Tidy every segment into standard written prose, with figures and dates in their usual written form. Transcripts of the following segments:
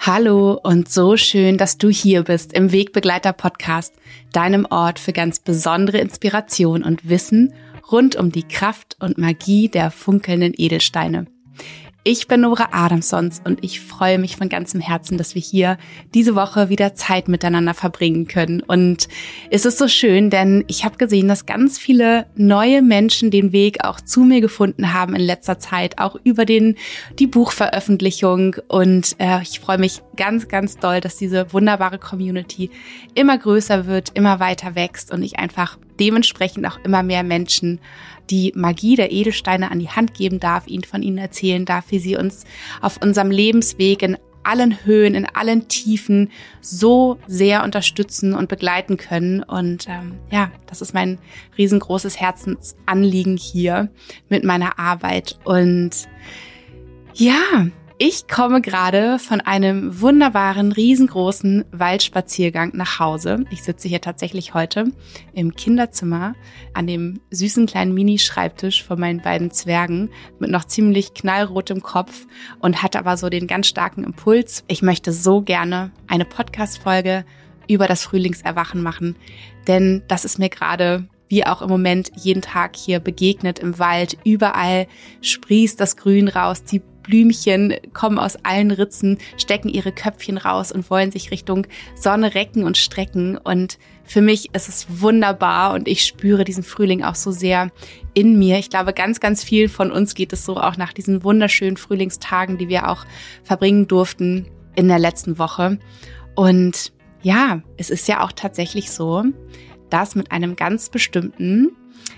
Hallo und so schön, dass du hier bist im Wegbegleiter-Podcast, deinem Ort für ganz besondere Inspiration und Wissen rund um die Kraft und Magie der funkelnden Edelsteine. Ich bin Nora Adamsons und ich freue mich von ganzem Herzen, dass wir hier diese Woche wieder Zeit miteinander verbringen können. Und es ist so schön, denn ich habe gesehen, dass ganz viele neue Menschen den Weg auch zu mir gefunden haben in letzter Zeit, auch über die Buchveröffentlichung. Und ich freue mich ganz, ganz doll, dass diese wunderbare Community immer größer wird, immer weiter wächst und ich einfach dementsprechend auch immer mehr Menschen die Magie der Edelsteine an die Hand geben darf, von ihnen erzählen darf, wie sie uns auf unserem Lebensweg in allen Höhen, in allen Tiefen so sehr unterstützen und begleiten können. Und das ist mein riesengroßes Herzensanliegen hier mit meiner Arbeit. Und ja, ich komme gerade von einem wunderbaren, riesengroßen Waldspaziergang nach Hause. Ich sitze hier tatsächlich heute im Kinderzimmer an dem süßen kleinen Mini-Schreibtisch von meinen beiden Zwergen mit noch ziemlich knallrotem Kopf und hatte aber so den ganz starken Impuls. Ich möchte so gerne eine Podcast-Folge über das Frühlingserwachen machen, denn das ist mir gerade wie auch im Moment jeden Tag hier begegnet im Wald. Überall sprießt das Grün raus, die Blümchen kommen aus allen Ritzen, stecken ihre Köpfchen raus und wollen sich Richtung Sonne recken und strecken. Und für mich ist es wunderbar und ich spüre diesen Frühling auch so sehr in mir. Ich glaube, ganz, ganz viel von uns geht es so auch nach diesen wunderschönen Frühlingstagen, die wir auch verbringen durften in der letzten Woche. Und ja, es ist ja auch tatsächlich so, dass mit einem ganz bestimmten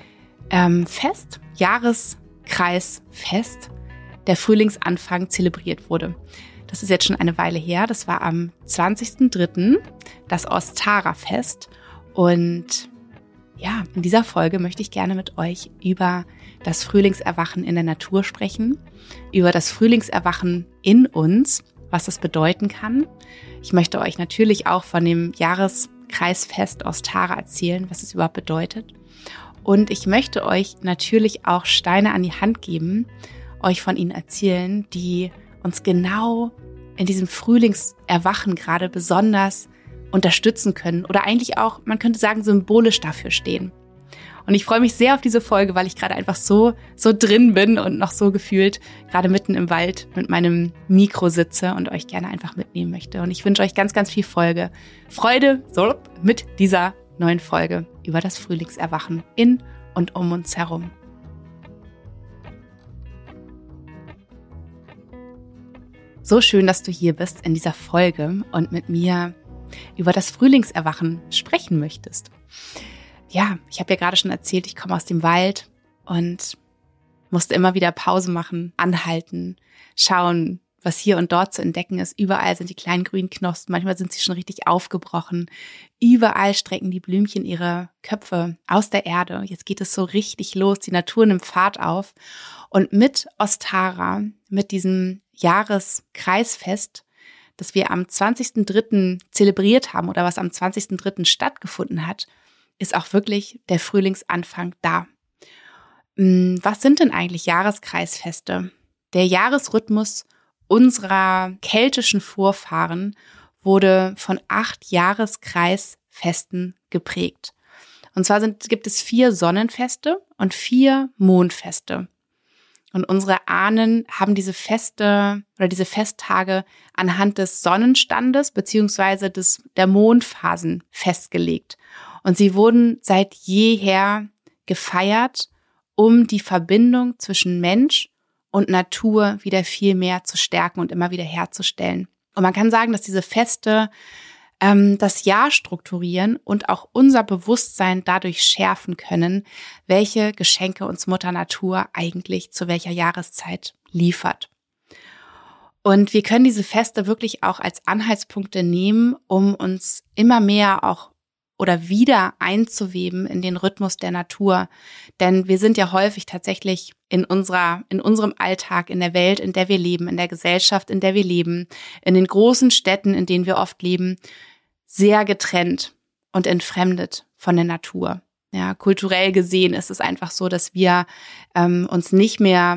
Jahreskreisfest, der Frühlingsanfang zelebriert wurde. Das ist jetzt schon eine Weile her. Das war am 20.03. das Ostara-Fest. Und ja, in dieser Folge möchte ich gerne mit euch über das Frühlingserwachen in der Natur sprechen, über das Frühlingserwachen in uns, was das bedeuten kann. Ich möchte euch natürlich auch von dem Jahreskreisfest Ostara erzählen, was es überhaupt bedeutet. Und ich möchte euch natürlich auch Steine an die Hand geben, euch von ihnen erzählen, die uns genau in diesem Frühlingserwachen gerade besonders unterstützen können oder eigentlich auch, man könnte sagen, symbolisch dafür stehen. Und ich freue mich sehr auf diese Folge, weil ich gerade einfach so drin bin und noch so gefühlt gerade mitten im Wald mit meinem Mikro sitze und euch gerne einfach mitnehmen möchte. Und ich wünsche euch ganz, ganz viel Freude mit dieser neuen Folge über das Frühlingserwachen in und um uns herum. So schön, dass du hier bist in dieser Folge und mit mir über das Frühlingserwachen sprechen möchtest. Ja, ich habe ja gerade schon erzählt, ich komme aus dem Wald und musste immer wieder Pause machen, anhalten, schauen, was hier und dort zu entdecken ist. Überall sind die kleinen grünen Knospen, manchmal sind sie schon richtig aufgebrochen. Überall strecken die Blümchen ihre Köpfe aus der Erde. Jetzt geht es so richtig los, die Natur nimmt Fahrt auf. Und mit Ostara, mit diesem Jahreskreisfest, das wir am 20.03. zelebriert haben oder was am 20.03. stattgefunden hat, ist auch wirklich der Frühlingsanfang da. Was sind denn eigentlich Jahreskreisfeste? Der Jahresrhythmus unserer keltischen Vorfahren wurde von 8 Jahreskreisfesten geprägt. Und zwar gibt es 4 Sonnenfeste und 4 Mondfeste. Und unsere Ahnen haben diese Feste oder diese Festtage anhand des Sonnenstandes beziehungsweise der Mondphasen festgelegt. Und sie wurden seit jeher gefeiert, um die Verbindung zwischen Mensch und Natur wieder viel mehr zu stärken und immer wieder herzustellen. Und man kann sagen, dass diese Feste das Jahr strukturieren und auch unser Bewusstsein dadurch schärfen können, welche Geschenke uns Mutter Natur eigentlich zu welcher Jahreszeit liefert. Und wir können diese Feste wirklich auch als Anhaltspunkte nehmen, um uns immer mehr auch oder wieder einzuweben in den Rhythmus der Natur. Denn wir sind ja häufig tatsächlich in unserem Alltag, in der Welt, in der wir leben, in der Gesellschaft, in der wir leben, in den großen Städten, in denen wir oft leben, sehr getrennt und entfremdet von der Natur. Ja, kulturell gesehen ist es einfach so, dass wir uns nicht mehr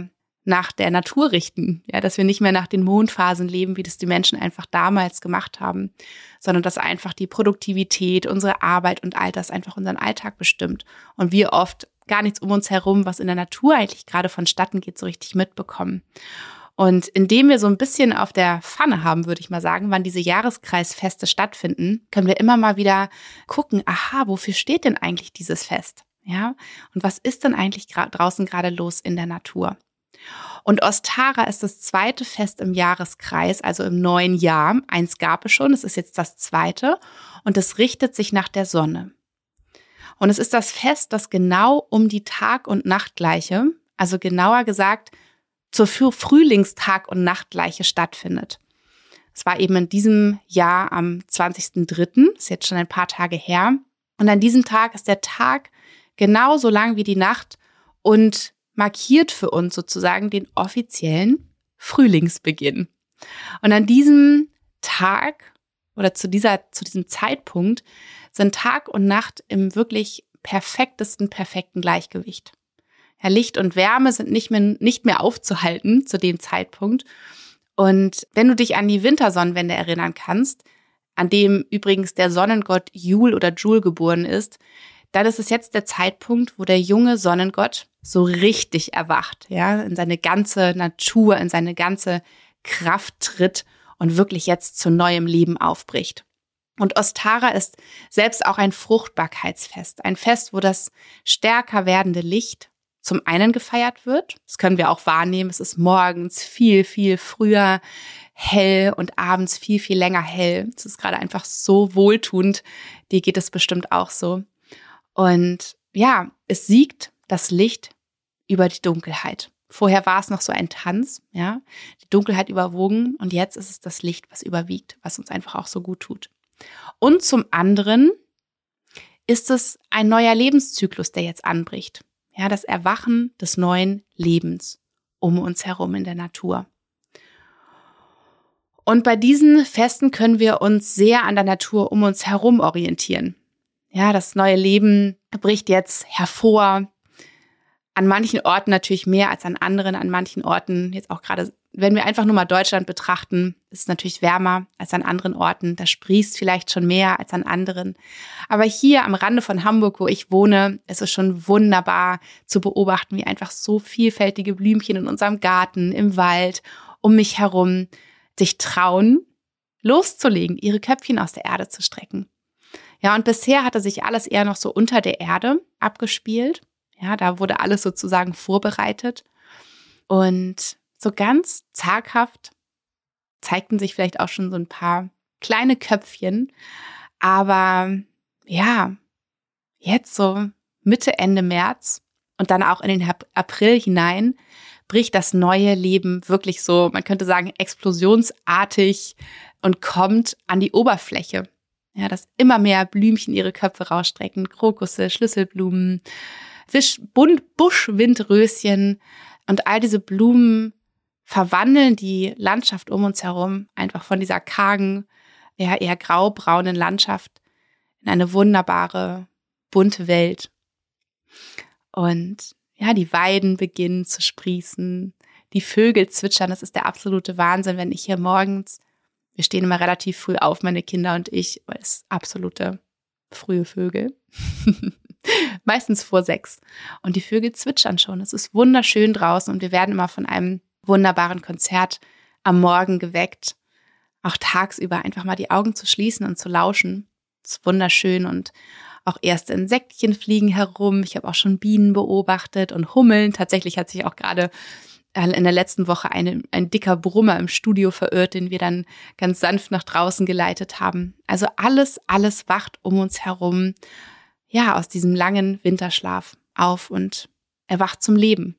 nach der Natur richten, ja, dass wir nicht mehr nach den Mondphasen leben, wie das die Menschen einfach damals gemacht haben, sondern dass einfach die Produktivität, unsere Arbeit und all das einfach unseren Alltag bestimmt und wir oft gar nichts um uns herum, was in der Natur eigentlich gerade vonstatten geht, so richtig mitbekommen. Und indem wir so ein bisschen auf der Pfanne haben, würde ich mal sagen, wann diese Jahreskreisfeste stattfinden, können wir immer mal wieder gucken, aha, wofür steht denn eigentlich dieses Fest? Ja, und was ist denn eigentlich draußen gerade los in der Natur? Und Ostara ist das zweite Fest im Jahreskreis, also im neuen Jahr. Eins gab es schon, es ist jetzt das zweite und es richtet sich nach der Sonne. Und es ist das Fest, das genau um die Tag- und Nachtgleiche, also genauer gesagt zur Frühlingstag- und Nachtgleiche stattfindet. Es war eben in diesem Jahr am 20.03., ist jetzt schon ein paar Tage her. Und an diesem Tag ist der Tag genauso lang wie die Nacht und markiert für uns sozusagen den offiziellen Frühlingsbeginn. Und an diesem Tag oder zu diesem Zeitpunkt sind Tag und Nacht im wirklich perfekten Gleichgewicht. Ja, Licht und Wärme sind nicht mehr aufzuhalten zu dem Zeitpunkt. Und wenn du dich an die Wintersonnenwende erinnern kannst, an dem übrigens der Sonnengott Jul oder Jul geboren ist, dann ist es jetzt der Zeitpunkt, wo der junge Sonnengott so richtig erwacht, ja, in seine ganze Natur, in seine ganze Kraft tritt und wirklich jetzt zu neuem Leben aufbricht. Und Ostara ist selbst auch ein Fruchtbarkeitsfest, ein Fest, wo das stärker werdende Licht zum einen gefeiert wird. Das können wir auch wahrnehmen. Es ist morgens viel, viel früher hell und abends viel, viel länger hell. Es ist gerade einfach so wohltuend. Dir geht es bestimmt auch so. Und ja, es siegt das Licht über die Dunkelheit. Vorher war es noch so ein Tanz, ja, die Dunkelheit überwogen und jetzt ist es das Licht, was überwiegt, was uns einfach auch so gut tut. Und zum anderen ist es ein neuer Lebenszyklus, der jetzt anbricht. Ja, das Erwachen des neuen Lebens um uns herum in der Natur. Und bei diesen Festen können wir uns sehr an der Natur um uns herum orientieren. Ja, das neue Leben bricht jetzt hervor. An manchen Orten natürlich mehr als an anderen. An manchen Orten, jetzt auch gerade, wenn wir einfach nur mal Deutschland betrachten, ist es natürlich wärmer als an anderen Orten. Da sprießt vielleicht schon mehr als an anderen. Aber hier am Rande von Hamburg, wo ich wohne, ist es schon wunderbar zu beobachten, wie einfach so vielfältige Blümchen in unserem Garten, im Wald, um mich herum sich trauen, loszulegen, ihre Köpfchen aus der Erde zu strecken. Ja, und bisher hatte sich alles eher noch so unter der Erde abgespielt. Ja, da wurde alles sozusagen vorbereitet. Und so ganz zaghaft zeigten sich vielleicht auch schon so ein paar kleine Köpfchen. Aber ja, jetzt so Mitte, Ende März und dann auch in den April hinein bricht das neue Leben wirklich so, man könnte sagen, explosionsartig und kommt an die Oberfläche. Ja, dass immer mehr Blümchen ihre Köpfe rausstrecken, Krokusse, Schlüsselblumen, Buschwindröschen und all diese Blumen verwandeln die Landschaft um uns herum einfach von dieser kargen, eher graubraunen Landschaft in eine wunderbare, bunte Welt. Und ja, die Weiden beginnen zu sprießen, die Vögel zwitschern, das ist der absolute Wahnsinn, wenn ich hier morgens, wir stehen immer relativ früh auf, meine Kinder und ich, weil es absolute frühe Vögel, meistens vor 6. Und die Vögel zwitschern schon, es ist wunderschön draußen und wir werden immer von einem wunderbaren Konzert am Morgen geweckt, auch tagsüber einfach mal die Augen zu schließen und zu lauschen. Es ist wunderschön und auch erste Insektchen fliegen herum. Ich habe auch schon Bienen beobachtet und Hummeln. Tatsächlich hat sich auch gerade in der letzten Woche ein dicker Brummer im Studio verirrt, den wir dann ganz sanft nach draußen geleitet haben. Also alles wacht um uns herum, ja, aus diesem langen Winterschlaf auf und erwacht zum Leben.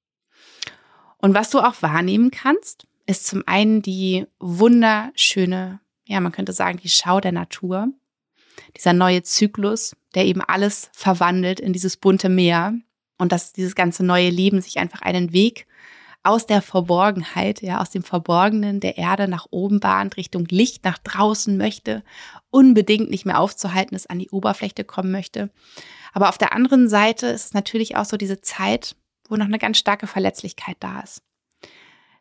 Und was du auch wahrnehmen kannst, ist zum einen die wunderschöne, ja, man könnte sagen, die Schau der Natur. Dieser neue Zyklus, der eben alles verwandelt in dieses bunte Meer und dass dieses ganze neue Leben sich einfach einen Weg aus der Verborgenheit, ja, aus dem Verborgenen der Erde nach oben bahnt, Richtung Licht nach draußen möchte, unbedingt nicht mehr aufzuhalten ist, an die Oberfläche kommen möchte. Aber auf der anderen Seite ist es natürlich auch so diese Zeit, wo noch eine ganz starke Verletzlichkeit da ist.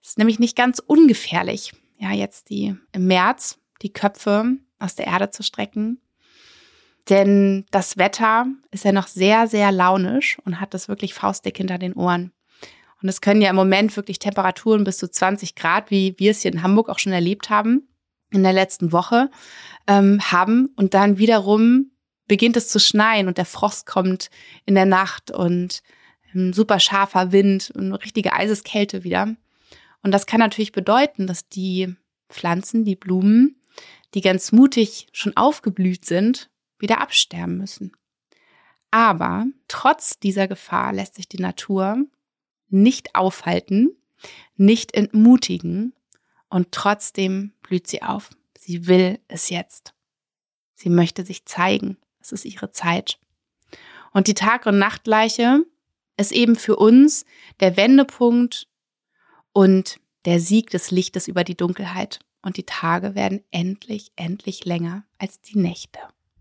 Es ist nämlich nicht ganz ungefährlich, ja, jetzt im März die Köpfe aus der Erde zu strecken. Denn das Wetter ist ja noch sehr, sehr launisch und hat das wirklich faustdick hinter den Ohren. Und es können ja im Moment wirklich Temperaturen bis zu 20 Grad, wie wir es hier in Hamburg auch schon erlebt haben, in der letzten Woche haben. Und dann wiederum beginnt es zu schneien und der Frost kommt in der Nacht und ein super scharfer Wind und eine richtige Eiseskälte wieder. Und das kann natürlich bedeuten, dass die Pflanzen, die Blumen, die ganz mutig schon aufgeblüht sind, wieder absterben müssen. Aber trotz dieser Gefahr lässt sich die Natur nicht aufhalten, nicht entmutigen und trotzdem blüht sie auf. Sie will es jetzt. Sie möchte sich zeigen. Es ist ihre Zeit. Und die Tag- und Nachtgleiche ist eben für uns der Wendepunkt und der Sieg des Lichtes über die Dunkelheit. Und die Tage werden endlich länger als die Nächte.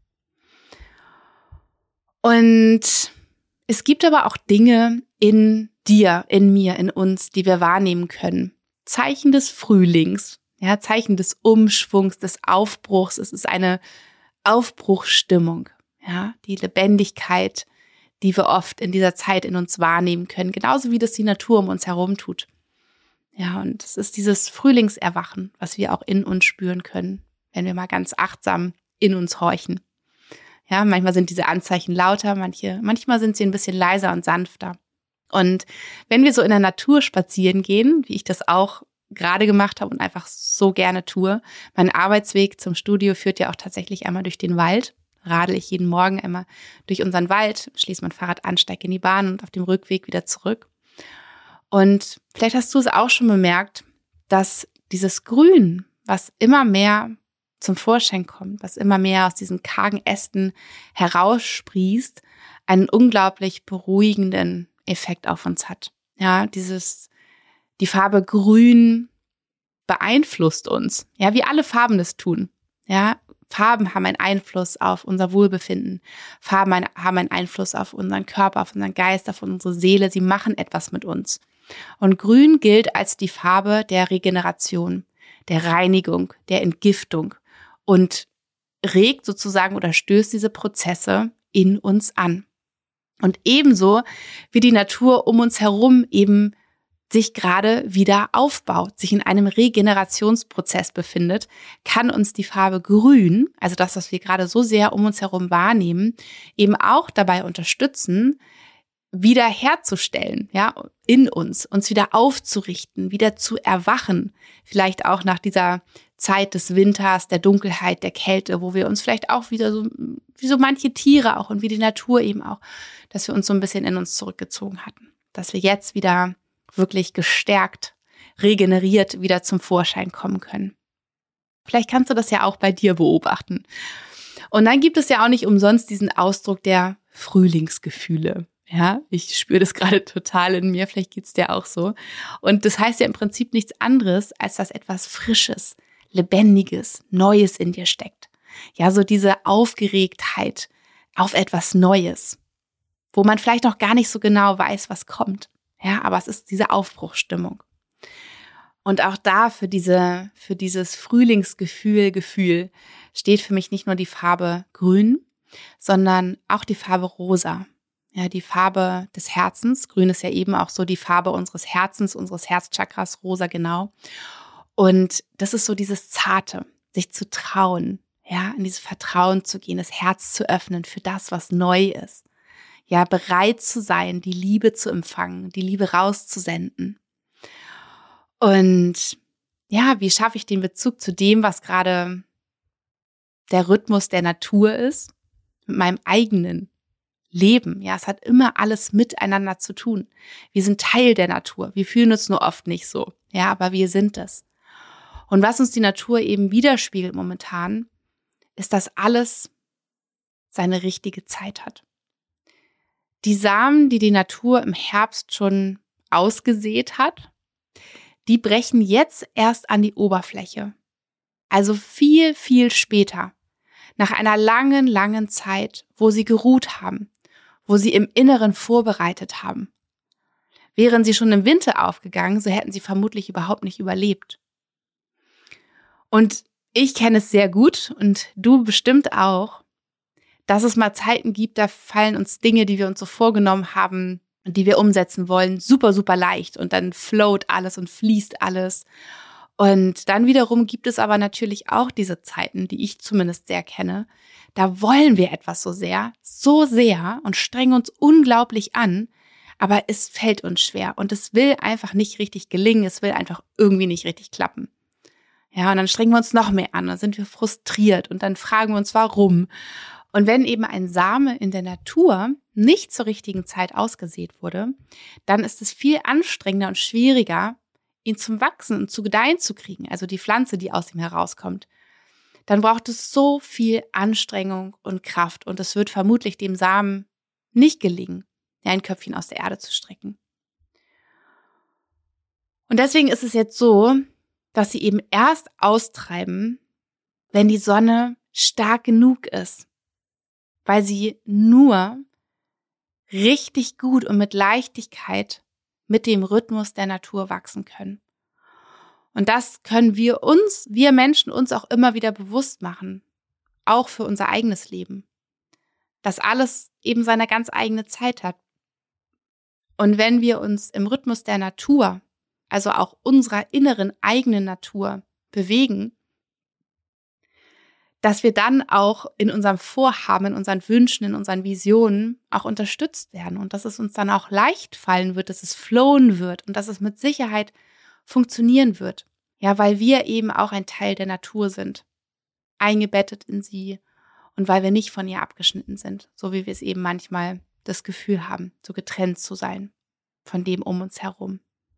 Und es gibt aber auch Dinge in dir, in mir, in uns, die wir wahrnehmen können. Zeichen des Frühlings, ja, Zeichen des Umschwungs, des Aufbruchs. Es ist eine Aufbruchsstimmung, ja, die Lebendigkeit, die wir oft in dieser Zeit in uns wahrnehmen können, genauso wie das die Natur um uns herum tut. Ja, und es ist dieses Frühlingserwachen, was wir auch in uns spüren können, wenn wir mal ganz achtsam in uns horchen. Ja, manchmal sind diese Anzeichen lauter, manchmal sind sie ein bisschen leiser und sanfter. Und wenn wir so in der Natur spazieren gehen, wie ich das auch gerade gemacht habe und einfach so gerne tue, mein Arbeitsweg zum Studio führt ja auch tatsächlich einmal durch den Wald. Radel ich jeden Morgen einmal durch unseren Wald, schließe mein Fahrrad an, steige in die Bahn und auf dem Rückweg wieder zurück. Und vielleicht hast du es auch schon bemerkt, dass dieses Grün, was immer mehr zum Vorschein kommt, was immer mehr aus diesen kargen Ästen heraussprießt, einen unglaublich beruhigenden Effekt auf uns hat. Ja, die Farbe Grün beeinflusst uns, ja, wie alle Farben das tun. Ja, Farben haben einen Einfluss auf unser Wohlbefinden. Farben haben einen Einfluss auf unseren Körper, auf unseren Geist, auf unsere Seele. Sie machen etwas mit uns. Und Grün gilt als die Farbe der Regeneration, der Reinigung, der Entgiftung und regt sozusagen oder stößt diese Prozesse in uns an. Und ebenso wie die Natur um uns herum eben sich gerade wieder aufbaut, sich in einem Regenerationsprozess befindet, kann uns die Farbe Grün, also das, was wir gerade so sehr um uns herum wahrnehmen, eben auch dabei unterstützen, wieder herzustellen, ja, in uns wieder aufzurichten, wieder zu erwachen, vielleicht auch nach dieser Zeit des Winters, der Dunkelheit, der Kälte, wo wir uns vielleicht auch wieder so, wie so manche Tiere auch und wie die Natur eben auch, dass wir uns so ein bisschen in uns zurückgezogen hatten, dass wir jetzt wieder wirklich gestärkt, regeneriert wieder zum Vorschein kommen können. Vielleicht kannst du das ja auch bei dir beobachten. Und dann gibt es ja auch nicht umsonst diesen Ausdruck der Frühlingsgefühle. Ja, ich spüre das gerade total in mir, vielleicht geht's dir auch so. Und das heißt ja im Prinzip nichts anderes, als dass etwas Frisches, Lebendiges, Neues in dir steckt. Ja, so diese Aufgeregtheit auf etwas Neues, wo man vielleicht noch gar nicht so genau weiß, was kommt. Ja, aber es ist diese Aufbruchsstimmung. Und auch da für dieses Frühlingsgefühl steht für mich nicht nur die Farbe Grün, sondern auch die Farbe Rosa. Ja, die Farbe des Herzens. Grün ist ja eben auch so die Farbe unseres Herzens, unseres Herzchakras, rosa genau. Und das ist so dieses Zarte, sich zu trauen, ja, in dieses Vertrauen zu gehen, das Herz zu öffnen für das, was neu ist. Ja, bereit zu sein, die Liebe zu empfangen, die Liebe rauszusenden. Und ja, wie schaffe ich den Bezug zu dem, was gerade der Rhythmus der Natur ist, mit meinem eigenen Leben? Ja, es hat immer alles miteinander zu tun. Wir sind Teil der Natur. Wir fühlen uns nur oft nicht so. Ja, aber wir sind es. Und was uns die Natur eben widerspiegelt momentan, ist, dass alles seine richtige Zeit hat. Die Samen, die die Natur im Herbst schon ausgesät hat, die brechen jetzt erst an die Oberfläche. Also viel, viel später. Nach einer langen, langen Zeit, wo sie geruht haben, wo sie im Inneren vorbereitet haben. Wären sie schon im Winter aufgegangen, so hätten sie vermutlich überhaupt nicht überlebt. Und ich kenne es sehr gut und du bestimmt auch, dass es mal Zeiten gibt, da fallen uns Dinge, die wir uns so vorgenommen haben und die wir umsetzen wollen, super, super leicht und dann float alles und fließt alles. Und dann wiederum gibt es aber natürlich auch diese Zeiten, die ich zumindest sehr kenne, da wollen wir etwas so sehr und strengen uns unglaublich an, aber es fällt uns schwer und es will einfach nicht richtig gelingen, es will einfach irgendwie nicht richtig klappen. Ja, und dann strengen wir uns noch mehr an, dann sind wir frustriert und dann fragen wir uns, warum. Und wenn eben ein Same in der Natur nicht zur richtigen Zeit ausgesät wurde, dann ist es viel anstrengender und schwieriger, ihn zum Wachsen und zu gedeihen zu kriegen, also die Pflanze, die aus ihm herauskommt. Dann braucht es so viel Anstrengung und Kraft und es wird vermutlich dem Samen nicht gelingen, ein Köpfchen aus der Erde zu strecken. Und deswegen ist es jetzt so, dass sie eben erst austreiben, wenn die Sonne stark genug ist, weil sie nur richtig gut und mit Leichtigkeit mit dem Rhythmus der Natur wachsen können. Und das können wir Menschen uns auch immer wieder bewusst machen, auch für unser eigenes Leben, dass alles eben seine ganz eigene Zeit hat. Und wenn wir uns im Rhythmus der Natur, also auch unserer inneren eigenen Natur bewegen, dass wir dann auch in unserem Vorhaben, in unseren Wünschen, in unseren Visionen auch unterstützt werden und dass es uns dann auch leicht fallen wird, dass es flowen wird und dass es mit Sicherheit funktionieren wird. Ja, weil wir eben auch ein Teil der Natur sind, eingebettet in sie und weil wir nicht von ihr abgeschnitten sind, so wie wir es eben manchmal das Gefühl haben, so getrennt zu sein von dem um uns herum.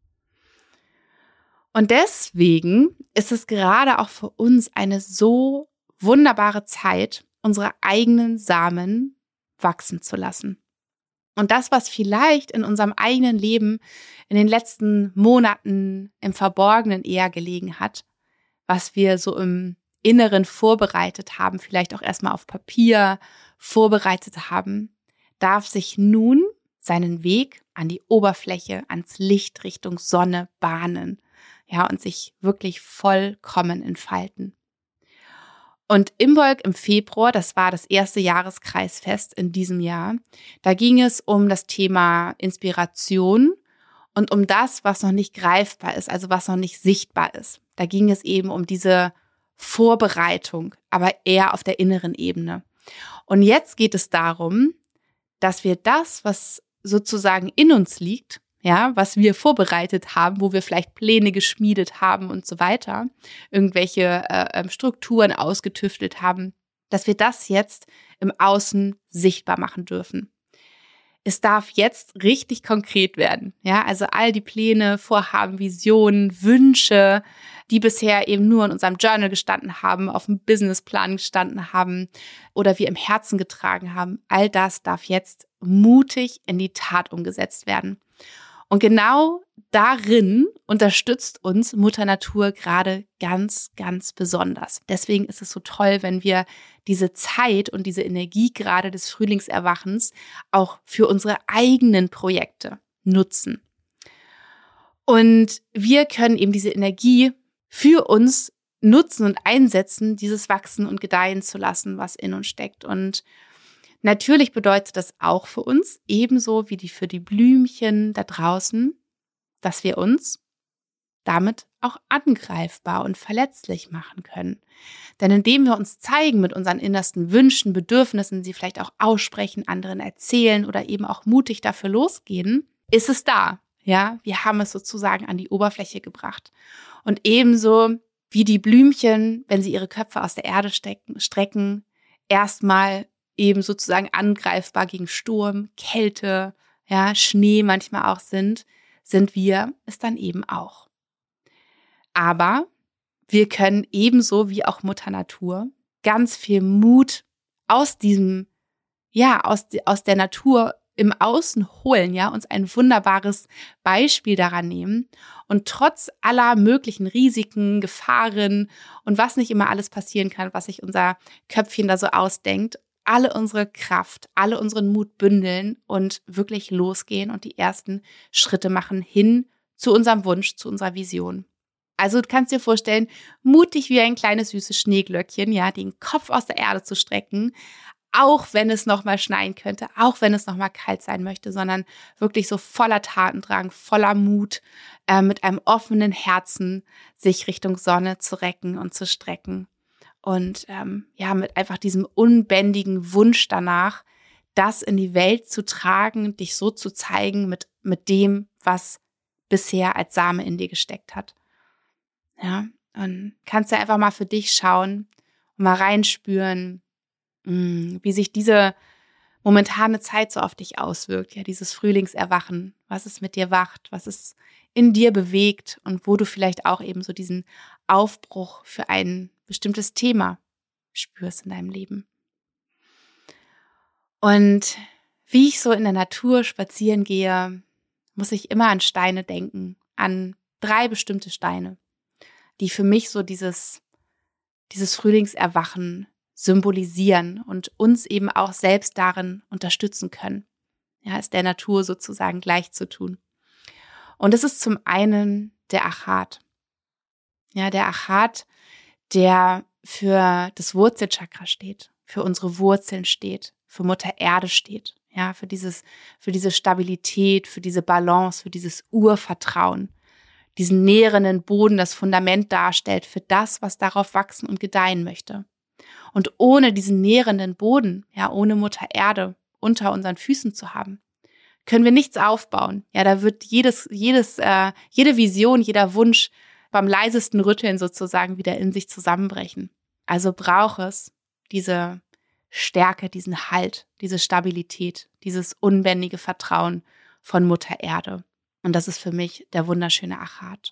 Und deswegen ist es gerade auch für uns eine so wunderbare Zeit, unsere eigenen Samen wachsen zu lassen. Und das, was vielleicht in unserem eigenen Leben in den letzten Monaten im Verborgenen eher gelegen hat, was wir so im Inneren vorbereitet haben, vielleicht auch erstmal auf Papier vorbereitet haben, darf sich nun seinen Weg an die Oberfläche, ans Licht Richtung Sonne bahnen, ja, und sich wirklich vollkommen entfalten. Und Imbolc im Februar, das war das erste Jahreskreisfest in diesem Jahr, da ging es um das Thema Inspiration und um das, was noch nicht greifbar ist, also was noch nicht sichtbar ist. Da ging es eben um diese Vorbereitung, aber eher auf der inneren Ebene. Und jetzt geht es darum, dass wir das, was sozusagen in uns liegt, ja, was wir vorbereitet haben, wo wir vielleicht Pläne geschmiedet haben und so weiter, irgendwelche Strukturen ausgetüftelt haben, dass wir das jetzt im Außen sichtbar machen dürfen. Es darf jetzt richtig konkret werden, ja, also all die Pläne, Vorhaben, Visionen, Wünsche, die bisher eben nur in unserem Journal gestanden haben, auf dem Businessplan gestanden haben oder wir im Herzen getragen haben, all das darf jetzt mutig in die Tat umgesetzt werden. Und genau darin unterstützt uns Mutter Natur gerade ganz, ganz besonders. Deswegen ist es so toll, wenn wir diese Zeit und diese Energie gerade des Frühlingserwachens auch für unsere eigenen Projekte nutzen. Und wir können eben diese Energie für uns nutzen und einsetzen, dieses Wachsen und Gedeihen zu lassen, was in uns steckt. Und natürlich bedeutet das auch für uns, ebenso wie für die Blümchen da draußen, dass wir uns damit auch angreifbar und verletzlich machen können. Denn indem wir uns zeigen mit unseren innersten Wünschen, Bedürfnissen, sie vielleicht auch aussprechen, anderen erzählen oder eben auch mutig dafür losgehen, ist es da. Ja, wir haben es sozusagen an die Oberfläche gebracht. Und ebenso wie die Blümchen, wenn sie ihre Köpfe aus der Erde strecken, erstmal eben sozusagen angreifbar gegen Sturm, Kälte, ja, Schnee manchmal auch sind wir es dann eben auch. Aber wir können ebenso wie auch Mutter Natur ganz viel Mut aus diesem, ja, aus der Natur im Außen holen, ja, uns ein wunderbares Beispiel daran nehmen und trotz aller möglichen Risiken, Gefahren und was nicht immer alles passieren kann, was sich unser Köpfchen da so ausdenkt, alle unsere Kraft, alle unseren Mut bündeln und wirklich losgehen und die ersten Schritte machen hin zu unserem Wunsch, zu unserer Vision. Also du kannst dir vorstellen, mutig wie ein kleines süßes Schneeglöckchen, ja, den Kopf aus der Erde zu strecken, auch wenn es nochmal schneien könnte, auch wenn es nochmal kalt sein möchte, sondern wirklich so voller Tatendrang, voller Mut, mit einem offenen Herzen sich Richtung Sonne zu recken und zu strecken. Und mit einfach diesem unbändigen Wunsch danach, das in die Welt zu tragen, dich so zu zeigen mit dem, was bisher als Same in dir gesteckt hat. Ja, und kannst du einfach mal für dich schauen und mal reinspüren, wie sich diese momentane Zeit so auf dich auswirkt, ja, dieses Frühlingserwachen, was es mit dir wacht, was es in dir bewegt und wo du vielleicht auch eben so diesen Aufbruch für ein bestimmtes Thema spürst in deinem Leben. Und wie ich so in der Natur spazieren gehe, muss ich immer an Steine denken, an 3 bestimmte Steine, die für mich so dieses Frühlingserwachen symbolisieren und uns eben auch selbst darin unterstützen können, ja, es der Natur sozusagen gleich zu tun. Und das ist zum einen der Achat. Ja, der Achat, der für das Wurzelchakra steht, für unsere Wurzeln steht, für Mutter Erde steht, ja, für diese Stabilität, für diese Balance, für dieses Urvertrauen, diesen nährenden Boden, das Fundament darstellt für das, was darauf wachsen und gedeihen möchte. Und ohne diesen nährenden Boden, ja, ohne Mutter Erde unter unseren Füßen zu haben, können wir nichts aufbauen. Ja, da wird jede Vision, jeder Wunsch beim leisesten Rütteln sozusagen wieder in sich zusammenbrechen. Also braucht es diese Stärke, diesen Halt, diese Stabilität, dieses unbändige Vertrauen von Mutter Erde. Und das ist für mich der wunderschöne Achat.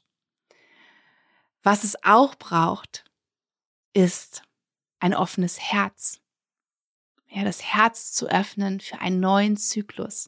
Was es auch braucht, ist ein offenes Herz. Ja, das Herz zu öffnen für einen neuen Zyklus.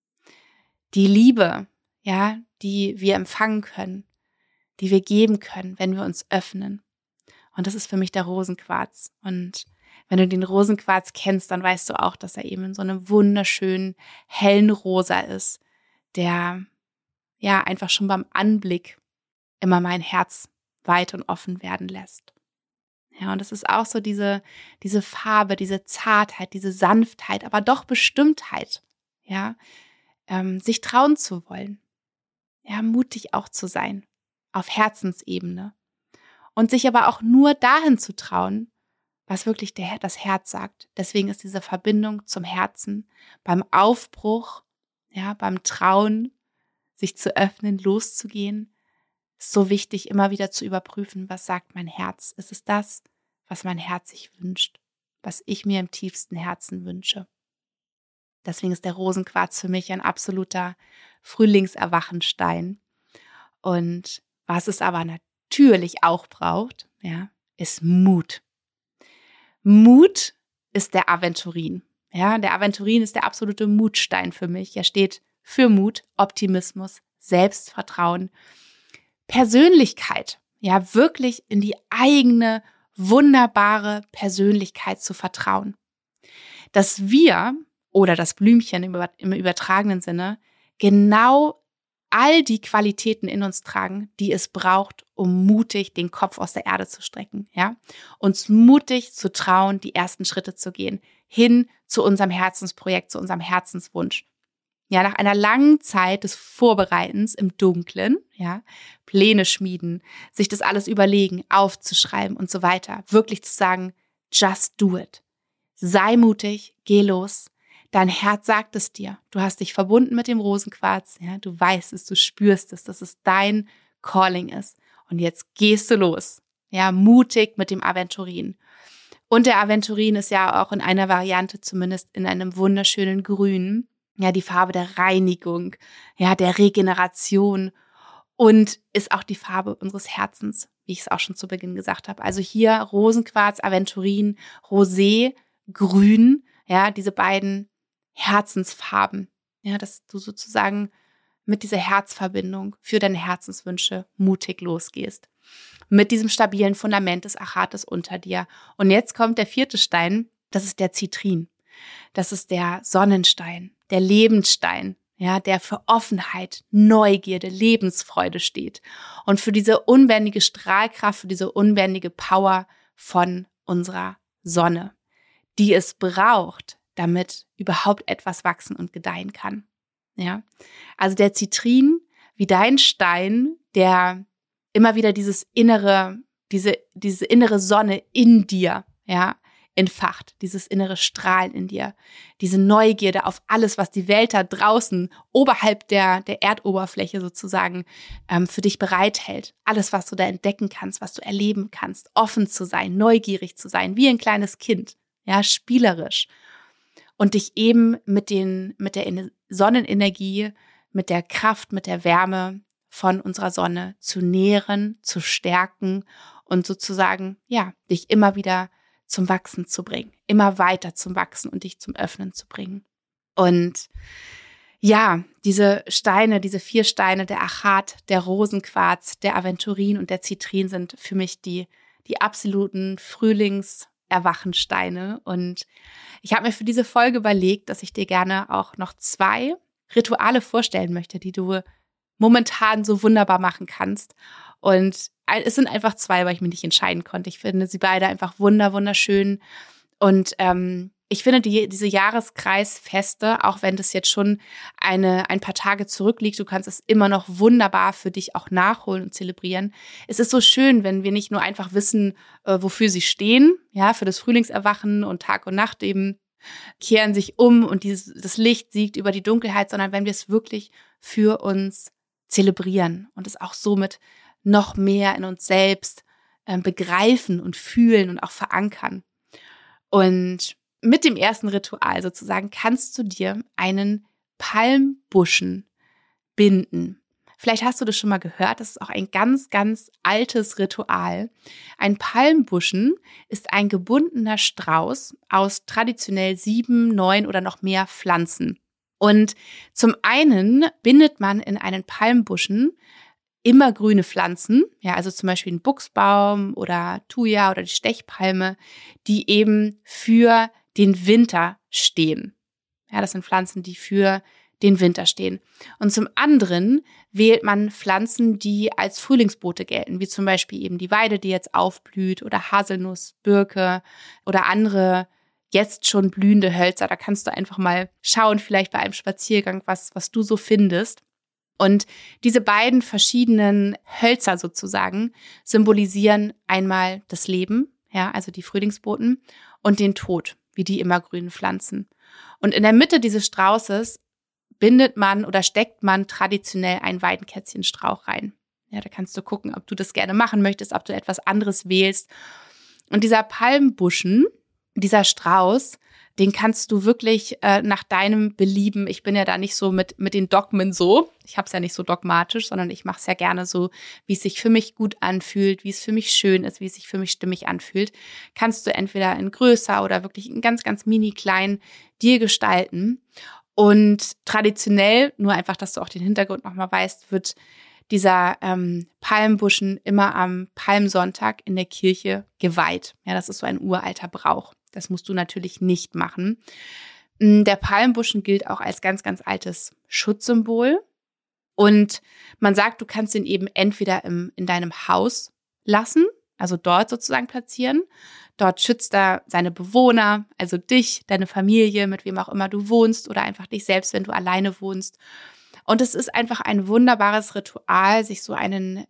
Die Liebe, ja, die wir empfangen können, die wir geben können, wenn wir uns öffnen. Und das ist für mich der Rosenquarz. Und wenn du den Rosenquarz kennst, dann weißt du auch, dass er eben in so einem wunderschönen, hellen Rosa ist, der ja einfach schon beim Anblick immer mein Herz weit und offen werden lässt. Ja, und es ist auch so diese Farbe, diese Zartheit, diese Sanftheit, aber doch Bestimmtheit, ja, sich trauen zu wollen, ja, mutig auch zu sein, auf Herzensebene und sich aber auch nur dahin zu trauen, was wirklich das Herz sagt. Deswegen ist diese Verbindung zum Herzen beim Aufbruch, ja, beim Trauen, sich zu öffnen, loszugehen, ist so wichtig, immer wieder zu überprüfen, was sagt mein Herz? Ist es das, was mein Herz sich wünscht, was ich mir im tiefsten Herzen wünsche? Deswegen ist der Rosenquarz für mich ein absoluter Frühlingserwachenstein. Und was es aber natürlich auch braucht, ja, ist Mut. Mut ist der Aventurin. Ja, der Aventurin ist der absolute Mutstein für mich. Er steht für Mut, Optimismus, Selbstvertrauen, Persönlichkeit, ja, wirklich in die eigene, wunderbare Persönlichkeit zu vertrauen. Dass wir oder das Blümchen im übertragenen Sinne genau all die Qualitäten in uns tragen, die es braucht, um mutig den Kopf aus der Erde zu strecken, ja, uns mutig zu trauen, die ersten Schritte zu gehen, hin zu unserem Herzensprojekt, zu unserem Herzenswunsch. Ja, nach einer langen Zeit des Vorbereitens im Dunklen, ja, Pläne schmieden, sich das alles überlegen, aufzuschreiben und so weiter, wirklich zu sagen, just do it. Sei mutig, geh los. Dein Herz sagt es dir. Du hast dich verbunden mit dem Rosenquarz, ja, du weißt es, du spürst es, dass es dein Calling ist. Und jetzt gehst du los, ja, mutig mit dem Aventurin. Und der Aventurin ist ja auch in einer Variante, zumindest in einem wunderschönen Grün, ja, die Farbe der Reinigung, ja, der Regeneration und ist auch die Farbe unseres Herzens, wie ich es auch schon zu Beginn gesagt habe. Also hier Rosenquarz, Aventurin, Rosé, Grün, ja, diese beiden Herzensfarben, ja, dass du sozusagen mit dieser Herzverbindung für deine Herzenswünsche mutig losgehst. Mit diesem stabilen Fundament des Achates unter dir. Und jetzt kommt der 4. Stein, Das ist der Zitrin. Das ist der Sonnenstein, der Lebensstein, ja, der für Offenheit, Neugierde, Lebensfreude steht und für diese unbändige Strahlkraft, für diese unbändige Power von unserer Sonne, die es braucht, damit überhaupt etwas wachsen und gedeihen kann. Ja, also der Zitrin wie dein Stein, der immer wieder diese innere Sonne in dir, ja, entfacht, dieses innere Strahlen in dir, diese Neugierde auf alles, was die Welt da draußen, oberhalb der Erdoberfläche sozusagen, für dich bereithält. Alles, was du da entdecken kannst, was du erleben kannst, offen zu sein, neugierig zu sein, wie ein kleines Kind, ja, spielerisch. Und dich eben mit der Sonnenenergie, mit der Kraft, mit der Wärme von unserer Sonne zu nähren, zu stärken und sozusagen, ja, dich immer wieder zum Wachsen zu bringen, immer weiter zum Wachsen und dich zum Öffnen zu bringen. Und ja, diese Steine, diese 4 Steine, der Achat, der Rosenquarz, der Aventurin und der Zitrin sind für mich die absoluten Frühlingserwachensteine. Und ich habe mir für diese Folge überlegt, dass ich dir gerne auch noch 2 Rituale vorstellen möchte, die du momentan so wunderbar machen kannst. Und es sind einfach 2, weil ich mich nicht entscheiden konnte. Ich finde sie beide einfach wunderschön. Und ich finde diese Jahreskreisfeste, auch wenn das jetzt schon ein paar Tage zurückliegt, du kannst es immer noch wunderbar für dich auch nachholen und zelebrieren. Es ist so schön, wenn wir nicht nur einfach wissen, wofür sie stehen, ja, für das Frühlingserwachen und Tag und Nacht eben kehren sich um und das Licht siegt über die Dunkelheit, sondern wenn wir es wirklich für uns zelebrieren und es auch somit noch mehr in uns selbst begreifen und fühlen und auch verankern. Und mit dem ersten Ritual sozusagen kannst du dir einen Palmbuschen binden. Vielleicht hast du das schon mal gehört, das ist auch ein ganz, ganz altes Ritual. Ein Palmbuschen ist ein gebundener Strauß aus traditionell 7, 9 oder noch mehr Pflanzen. Und zum einen bindet man in einen Palmbuschen immergrüne Pflanzen, ja, also zum Beispiel einen Buchsbaum oder Thuja oder die Stechpalme, die eben für den Winter stehen. Ja, das sind Pflanzen, die für den Winter stehen. Und zum anderen wählt man Pflanzen, die als Frühlingsbote gelten, wie zum Beispiel eben die Weide, die jetzt aufblüht, oder Haselnuss, Birke oder andere jetzt schon blühende Hölzer. Da kannst du einfach mal schauen, vielleicht bei einem Spaziergang, was du so findest. Und diese beiden verschiedenen Hölzer sozusagen symbolisieren einmal das Leben, ja, also die Frühlingsboten, und den Tod, wie die immergrünen Pflanzen. Und in der Mitte dieses Straußes bindet man oder steckt man traditionell einen Weidenkätzchenstrauch rein. Ja, da kannst du gucken, ob du das gerne machen möchtest, ob du etwas anderes wählst. Und dieser Palmbuschen, dieser Strauß, den kannst du wirklich nach deinem Belieben, ich bin ja da nicht so mit den Dogmen so, ich habe es ja nicht so dogmatisch, sondern ich mache es ja gerne so, wie es sich für mich gut anfühlt, wie es für mich schön ist, wie es sich für mich stimmig anfühlt, kannst du entweder in größer oder wirklich in ganz, ganz mini klein dir gestalten. Und traditionell, nur einfach, dass du auch den Hintergrund nochmal weißt, wird dieser Palmbuschen immer am Palmsonntag in der Kirche geweiht. Ja, das ist so ein uralter Brauch. Das musst du natürlich nicht machen. Der Palmbuschen gilt auch als ganz, ganz altes Schutzsymbol. Und man sagt, du kannst ihn eben entweder in deinem Haus lassen, also dort sozusagen platzieren. Dort schützt er seine Bewohner, also dich, deine Familie, mit wem auch immer du wohnst oder einfach dich selbst, wenn du alleine wohnst. Und es ist einfach ein wunderbares Ritual, sich so einen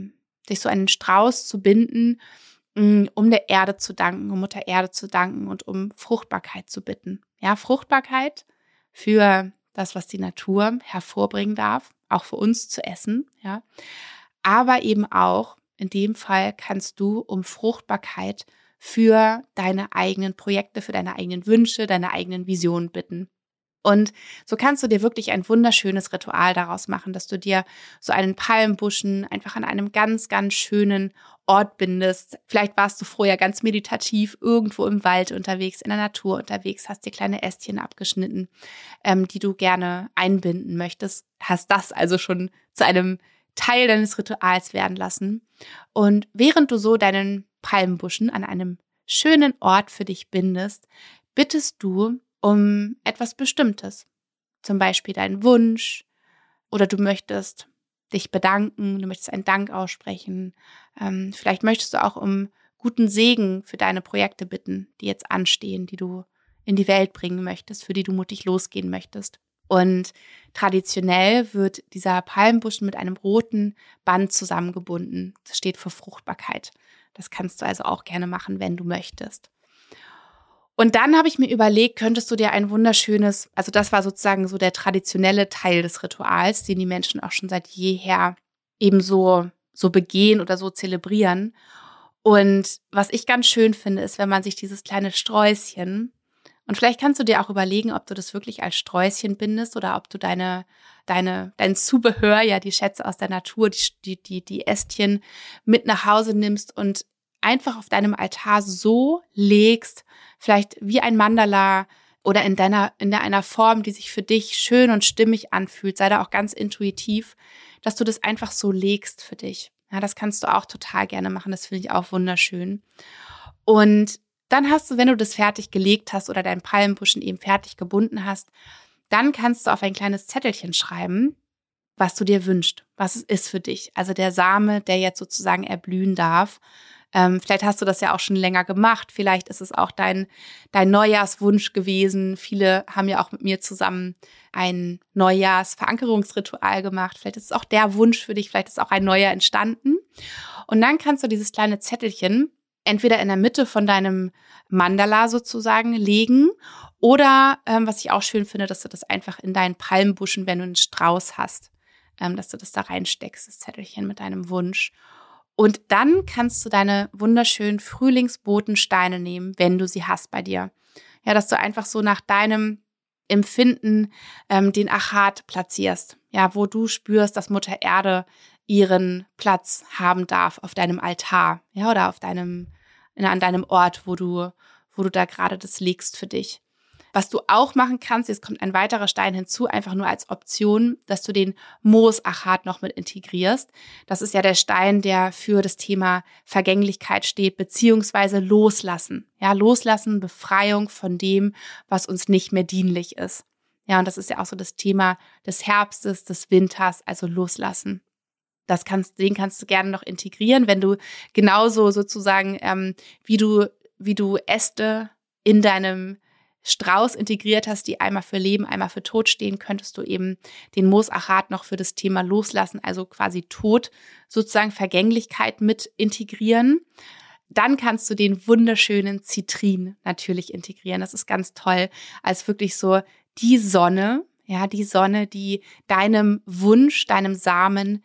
Strauß zu binden, um der Erde zu danken, um Mutter Erde zu danken und um Fruchtbarkeit zu bitten. Ja, Fruchtbarkeit für das, was die Natur hervorbringen darf, auch für uns zu essen, ja. Aber eben auch, in dem Fall kannst du um Fruchtbarkeit für deine eigenen Projekte, für deine eigenen Wünsche, deine eigenen Visionen bitten. Und so kannst du dir wirklich ein wunderschönes Ritual daraus machen, dass du dir so einen Palmbuschen einfach an einem ganz, ganz schönen Ort bindest. Vielleicht warst du vorher ganz meditativ irgendwo im Wald unterwegs, in der Natur unterwegs, hast dir kleine Ästchen abgeschnitten, die du gerne einbinden möchtest, hast das also schon zu einem Teil deines Rituals werden lassen. Und während du so deinen Palmbuschen an einem schönen Ort für dich bindest, bittest du um etwas Bestimmtes. Zum Beispiel deinen Wunsch oder du möchtest dich bedanken, du möchtest einen Dank aussprechen. Vielleicht möchtest du auch um guten Segen für deine Projekte bitten, die jetzt anstehen, die du in die Welt bringen möchtest, für die du mutig losgehen möchtest. Und traditionell wird dieser Palmbusch mit einem roten Band zusammengebunden. Das steht für Fruchtbarkeit. Das kannst du also auch gerne machen, wenn du möchtest. Und dann habe ich mir überlegt, könntest du dir ein wunderschönes, also das war sozusagen so der traditionelle Teil des Rituals, den die Menschen auch schon seit jeher eben so begehen oder so zelebrieren. Und was ich ganz schön finde, ist, wenn man sich dieses kleine Sträußchen, und vielleicht kannst du dir auch überlegen, ob du das wirklich als Sträußchen bindest oder ob du dein Zubehör, ja die Schätze aus der Natur, die Ästchen mit nach Hause nimmst und einfach auf deinem Altar so legst, vielleicht wie ein Mandala oder in einer Form, die sich für dich schön und stimmig anfühlt, sei da auch ganz intuitiv, dass du das einfach so legst für dich. Ja, das kannst du auch total gerne machen, das finde ich auch wunderschön. Und dann hast du, wenn du das fertig gelegt hast oder deinen Palmbuschen eben fertig gebunden hast, dann kannst du auf ein kleines Zettelchen schreiben, was du dir wünschst, was es ist für dich. Also der Same, der jetzt sozusagen erblühen darf. Vielleicht hast du das ja auch schon länger gemacht. Vielleicht ist es auch dein Neujahrswunsch gewesen. Viele haben ja auch mit mir zusammen ein Neujahrsverankerungsritual gemacht. Vielleicht ist es auch der Wunsch für dich. Vielleicht ist auch ein neuer entstanden. Und dann kannst du dieses kleine Zettelchen entweder in der Mitte von deinem Mandala sozusagen legen oder, was ich auch schön finde, dass du das einfach in deinen Palmbuschen, wenn du einen Strauß hast, dass du das da reinsteckst, das Zettelchen mit deinem Wunsch. Und dann kannst du deine wunderschönen Frühlingsbotensteine nehmen, wenn du sie hast bei dir. Ja, dass du einfach so nach deinem Empfinden den Achat platzierst. Ja, wo du spürst, dass Mutter Erde ihren Platz haben darf auf deinem Altar. Ja, oder an deinem Ort, wo du da gerade das legst für dich. Was du auch machen kannst, jetzt kommt ein weiterer Stein hinzu, einfach nur als Option, dass du den Moosachat noch mit integrierst. Das ist ja der Stein, der für das Thema Vergänglichkeit steht, beziehungsweise Loslassen. Ja, Loslassen, Befreiung von dem, was uns nicht mehr dienlich ist. Ja, und das ist ja auch so das Thema des Herbstes, des Winters, also Loslassen. Den kannst du gerne noch integrieren, wenn du genauso sozusagen, wie du Äste in deinem Strauß integriert hast, die einmal für Leben, einmal für Tod stehen, könntest du eben den Moosachat noch für das Thema Loslassen, also quasi Tod, sozusagen Vergänglichkeit mit integrieren. Dann kannst du den wunderschönen Zitrin natürlich integrieren. Das ist ganz toll, als wirklich so die Sonne, die deinem Wunsch, deinem Samen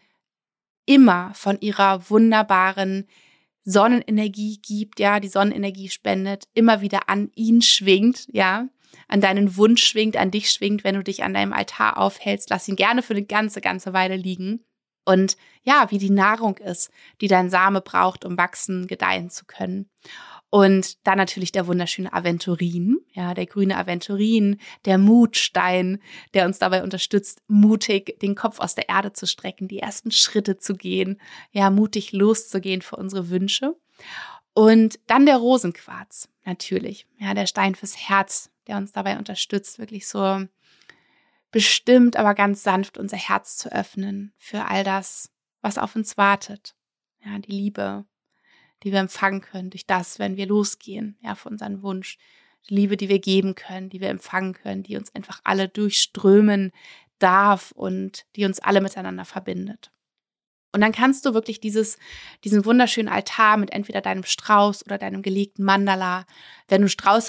immer von ihrer wunderbaren Sonnenenergie gibt, ja, die Sonnenenergie spendet, immer wieder an ihn schwingt, ja, an deinen Wunsch schwingt, an dich schwingt, wenn du dich an deinem Altar aufhältst, lass ihn gerne für eine ganze Weile liegen. Und ja, wie die Nahrung ist, die dein Same braucht, um wachsen, gedeihen zu können. Und dann natürlich der wunderschöne Aventurin, ja, der grüne Aventurin, der Mutstein, der uns dabei unterstützt, mutig den Kopf aus der Erde zu strecken, die ersten Schritte zu gehen, ja, mutig loszugehen für unsere Wünsche. Und dann der Rosenquarz, natürlich, ja, der Stein fürs Herz, der uns dabei unterstützt, wirklich so bestimmt, aber ganz sanft unser Herz zu öffnen für all das, was auf uns wartet. Ja, die Liebe, die wir empfangen können durch das, wenn wir losgehen, ja, für unseren Wunsch. Die Liebe, die wir geben können, die wir empfangen können, die uns einfach alle durchströmen darf und die uns alle miteinander verbindet. Und dann kannst du wirklich diesen wunderschönen Altar mit entweder deinem Strauß oder deinem gelegten Mandala, wenn du Strauß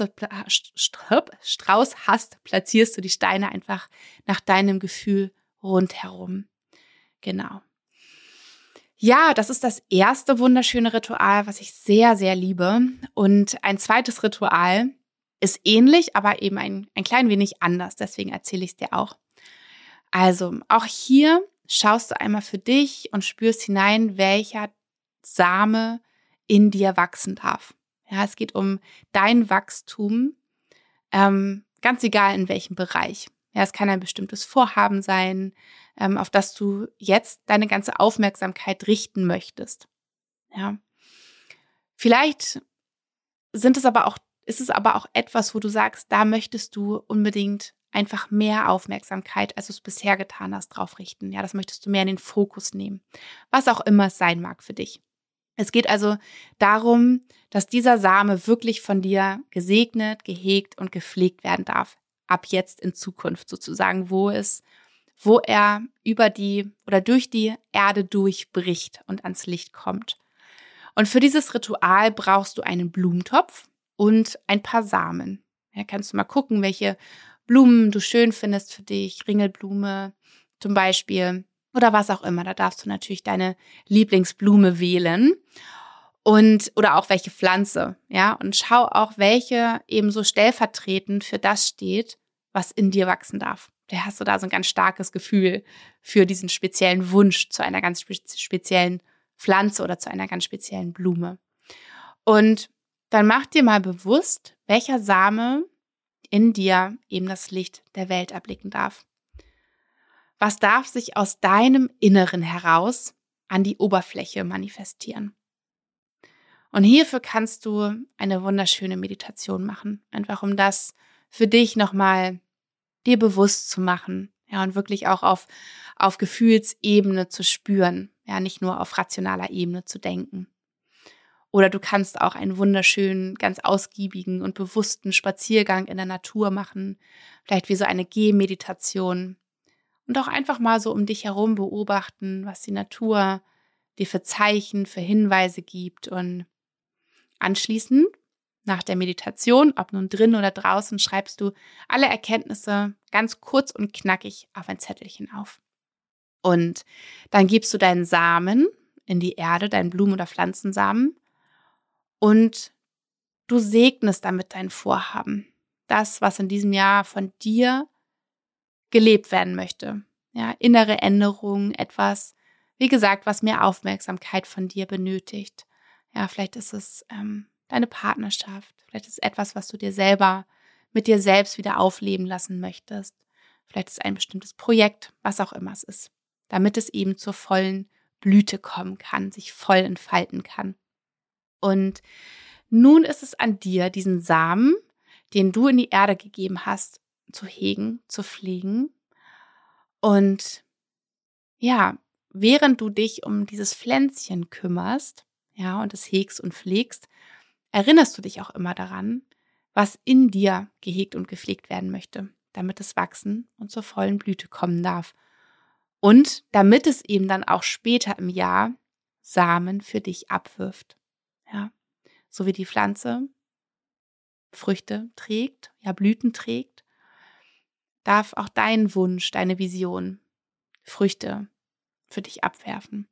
hast, platzierst du die Steine einfach nach deinem Gefühl rundherum. Genau. Ja, das ist das erste wunderschöne Ritual, was ich sehr, sehr liebe. Und ein zweites Ritual ist ähnlich, aber eben ein klein wenig anders. Deswegen erzähle ich es dir auch. Also, auch hier schaust du einmal für dich und spürst hinein, welcher Same in dir wachsen darf. Ja, es geht um dein Wachstum, ganz egal in welchem Bereich. Ja, es kann ein bestimmtes Vorhaben sein, auf das du jetzt deine ganze Aufmerksamkeit richten möchtest. Ja, vielleicht ist es aber auch etwas, wo du sagst, da möchtest du unbedingt einfach mehr Aufmerksamkeit, als du es bisher getan hast, drauf richten. Ja, das möchtest du mehr in den Fokus nehmen. Was auch immer es sein mag für dich. Es geht also darum, dass dieser Same wirklich von dir gesegnet, gehegt und gepflegt werden darf. Ab jetzt in Zukunft sozusagen, wo er über die oder durch die Erde durchbricht und ans Licht kommt. Und für dieses Ritual brauchst du einen Blumentopf und ein paar Samen. Ja, kannst du mal gucken, welche Blumen du schön findest für dich, Ringelblume zum Beispiel oder was auch immer. Da darfst du natürlich deine Lieblingsblume wählen oder auch welche Pflanze. Ja, und schau auch, welche eben so stellvertretend für das steht, was in dir wachsen darf. Da hast du da so ein ganz starkes Gefühl für diesen speziellen Wunsch zu einer ganz speziellen Pflanze oder zu einer ganz speziellen Blume. Und dann mach dir mal bewusst, welcher Same in dir eben das Licht der Welt erblicken darf. Was darf sich aus deinem Inneren heraus an die Oberfläche manifestieren? Und hierfür kannst du eine wunderschöne Meditation machen, einfach um das für dich nochmal dir bewusst zu machen, ja, und wirklich auch auf Gefühlsebene zu spüren, ja, nicht nur auf rationaler Ebene zu denken. Oder du kannst auch einen wunderschönen, ganz ausgiebigen und bewussten Spaziergang in der Natur machen, vielleicht wie so eine Gehmeditation. Und auch einfach mal so um dich herum beobachten, was die Natur dir für Zeichen, für Hinweise gibt. Und anschließend, nach der Meditation, ob nun drin oder draußen, schreibst du alle Erkenntnisse ganz kurz und knackig auf ein Zettelchen auf. Und dann gibst du deinen Samen in die Erde, deinen Blumen- oder Pflanzensamen, und du segnest damit dein Vorhaben. Das, was in diesem Jahr von dir gelebt werden möchte. Ja, innere Änderung, etwas, wie gesagt, was mehr Aufmerksamkeit von dir benötigt. Ja, vielleicht ist es deine Partnerschaft. Vielleicht ist es etwas, was du mit dir selbst wieder aufleben lassen möchtest. Vielleicht ist es ein bestimmtes Projekt, was auch immer es ist, damit es eben zur vollen Blüte kommen kann, sich voll entfalten kann. Und nun ist es an dir, diesen Samen, den du in die Erde gegeben hast, zu hegen, zu pflegen. Und ja, während du dich um dieses Pflänzchen kümmerst, ja, und es hegst und pflegst, erinnerst du dich auch immer daran, was in dir gehegt und gepflegt werden möchte, damit es wachsen und zur vollen Blüte kommen darf. Und damit es eben dann auch später im Jahr Samen für dich abwirft. Ja, so wie die Pflanze Früchte trägt, ja, Blüten trägt, darf auch dein Wunsch, deine Vision Früchte für dich abwerfen.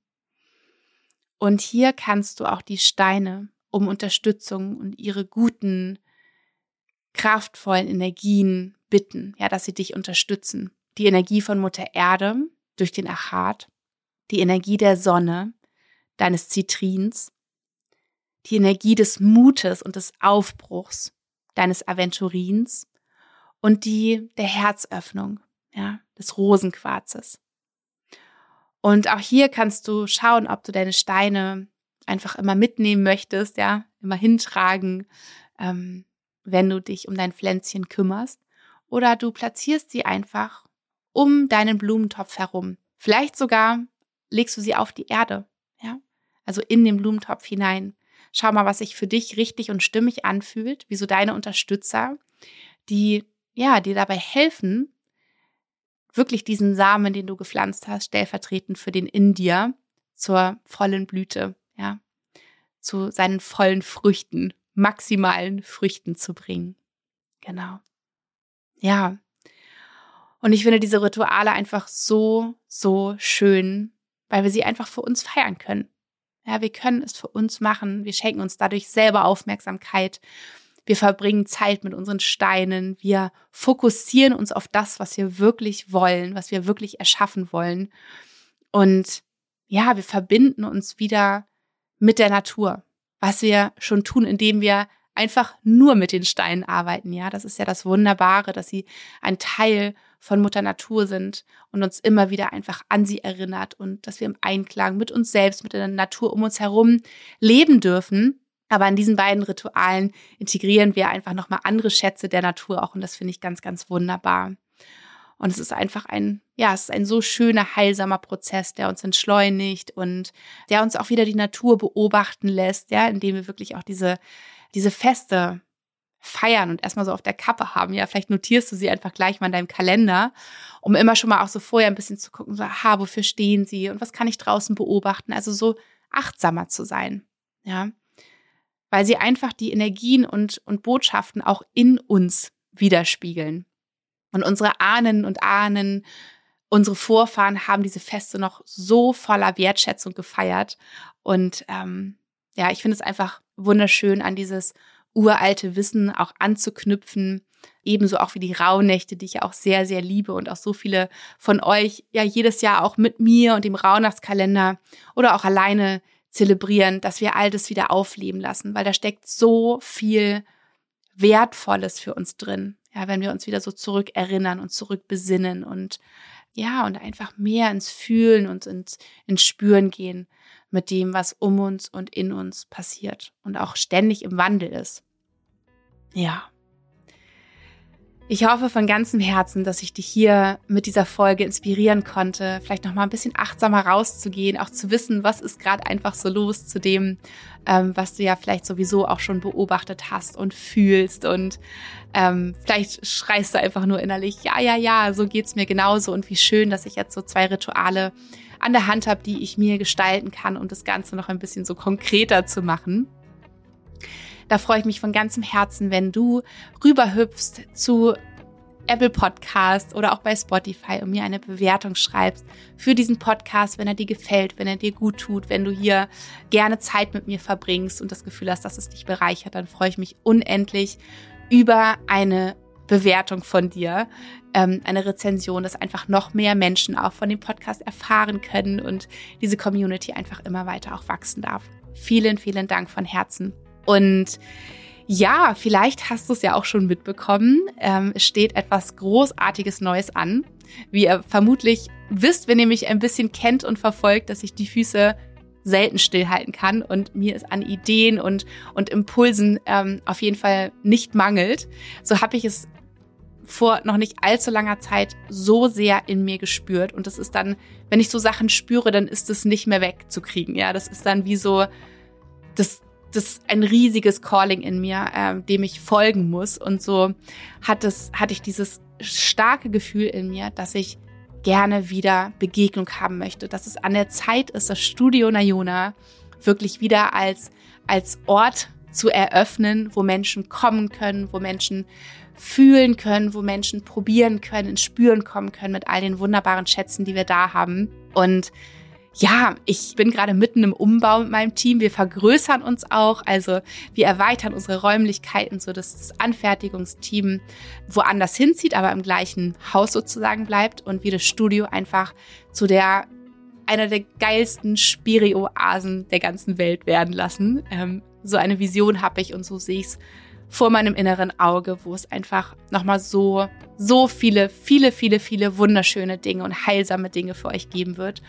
Und hier kannst du auch die Steine um Unterstützung und ihre guten, kraftvollen Energien bitten, ja, dass sie dich unterstützen. Die Energie von Mutter Erde durch den Achat, die Energie der Sonne, deines Zitrins, die Energie des Mutes und des Aufbruchs, deines Aventurins und die der Herzöffnung, ja, des Rosenquarzes. Und auch hier kannst du schauen, ob du deine Steine einfach immer mitnehmen möchtest, ja, immer hintragen, wenn du dich um dein Pflänzchen kümmerst. Oder du platzierst sie einfach um deinen Blumentopf herum. Vielleicht sogar legst du sie auf die Erde, ja, also in den Blumentopf hinein. Schau mal, was sich für dich richtig und stimmig anfühlt, wie so deine Unterstützer, die dir dabei helfen, wirklich diesen Samen, den du gepflanzt hast, stellvertretend für den in dir, zur vollen Blüte, ja, zu seinen vollen Früchten, maximalen Früchten zu bringen. Genau. Ja. Und ich finde diese Rituale einfach so, so schön, weil wir sie einfach für uns feiern können. Ja, wir können es für uns machen. Wir schenken uns dadurch selber Aufmerksamkeit. Wir verbringen Zeit mit unseren Steinen. Wir fokussieren uns auf das, was wir wirklich wollen, was wir wirklich erschaffen wollen. Und ja, wir verbinden uns wieder mit der Natur, was wir schon tun, indem wir einfach nur mit den Steinen arbeiten. Ja, das ist ja das Wunderbare, dass sie ein Teil von Mutter Natur sind und uns immer wieder einfach an sie erinnert und dass wir im Einklang mit uns selbst, mit der Natur um uns herum leben dürfen. Aber in diesen beiden Ritualen integrieren wir einfach nochmal andere Schätze der Natur auch. Und das finde ich ganz, ganz wunderbar. Und es ist einfach es ist ein so schöner, heilsamer Prozess, der uns entschleunigt und der uns auch wieder die Natur beobachten lässt, ja, indem wir wirklich auch diese Feste feiern und erstmal so auf der Kappe haben. Ja, vielleicht notierst du sie einfach gleich mal in deinem Kalender, um immer schon mal auch so vorher ein bisschen zu gucken, so, wofür stehen sie und was kann ich draußen beobachten? Also so achtsamer zu sein, ja. Weil sie einfach die Energien und Botschaften auch in uns widerspiegeln. Und unsere Ahnen und Ahnen, unsere Vorfahren haben diese Feste noch so voller Wertschätzung gefeiert. Und ich finde es einfach wunderschön, an dieses uralte Wissen auch anzuknüpfen. Ebenso auch wie die Rauhnächte, die ich ja auch sehr, sehr liebe und auch so viele von euch ja jedes Jahr auch mit mir und dem Rauhnachtskalender oder auch alleine zelebrieren, dass wir all das wieder aufleben lassen, weil da steckt so viel Wertvolles für uns drin. Ja, wenn wir uns wieder so zurückerinnern und zurückbesinnen und einfach mehr ins Fühlen und ins Spüren gehen mit dem, was um uns und in uns passiert und auch ständig im Wandel ist. Ja. Ich hoffe von ganzem Herzen, dass ich dich hier mit dieser Folge inspirieren konnte, vielleicht noch mal ein bisschen achtsamer rauszugehen, auch zu wissen, was ist gerade einfach so los zu dem, was du ja vielleicht sowieso auch schon beobachtet hast und fühlst und vielleicht schreist du einfach nur innerlich, ja, so geht's mir genauso und wie schön, dass ich jetzt so 2 Rituale an der Hand habe, die ich mir gestalten kann, um das Ganze noch ein bisschen so konkreter zu machen. Da freue ich mich von ganzem Herzen, wenn du rüberhüpfst zu Apple Podcast oder auch bei Spotify und mir eine Bewertung schreibst für diesen Podcast, wenn er dir gefällt, wenn er dir gut tut, wenn du hier gerne Zeit mit mir verbringst und das Gefühl hast, dass es dich bereichert, dann freue ich mich unendlich über eine Bewertung von dir, eine Rezension, dass einfach noch mehr Menschen auch von dem Podcast erfahren können und diese Community einfach immer weiter auch wachsen darf. Vielen, vielen Dank von Herzen. Und ja, vielleicht hast du es ja auch schon mitbekommen. Es steht etwas Großartiges Neues an. Wie ihr vermutlich wisst, wenn ihr mich ein bisschen kennt und verfolgt, dass ich die Füße selten stillhalten kann und mir es an Ideen und Impulsen auf jeden Fall nicht mangelt. So habe ich es vor noch nicht allzu langer Zeit so sehr in mir gespürt. Und das ist dann, wenn ich so Sachen spüre, dann ist es nicht mehr wegzukriegen. Ja, das ist dann wie so, das ist ein riesiges Calling in mir, dem ich folgen muss. Und so hatte ich dieses starke Gefühl in mir, dass ich gerne wieder Begegnung haben möchte. Dass es an der Zeit ist, das Studio Nayona wirklich wieder als Ort zu eröffnen, wo Menschen kommen können, wo Menschen fühlen können, wo Menschen probieren können, ins Spüren kommen können mit all den wunderbaren Schätzen, die wir da haben. Und ja, ich bin gerade mitten im Umbau mit meinem Team. Wir vergrößern uns auch. Also wir erweitern unsere Räumlichkeiten, so dass das Anfertigungsteam woanders hinzieht, aber im gleichen Haus sozusagen bleibt und wir das Studio einfach zu einer der geilsten Spiri-Oasen der ganzen Welt werden lassen. So eine Vision habe ich und so sehe ich es vor meinem inneren Auge, wo es einfach nochmal so viele wunderschöne Dinge und heilsame Dinge für euch geben wird.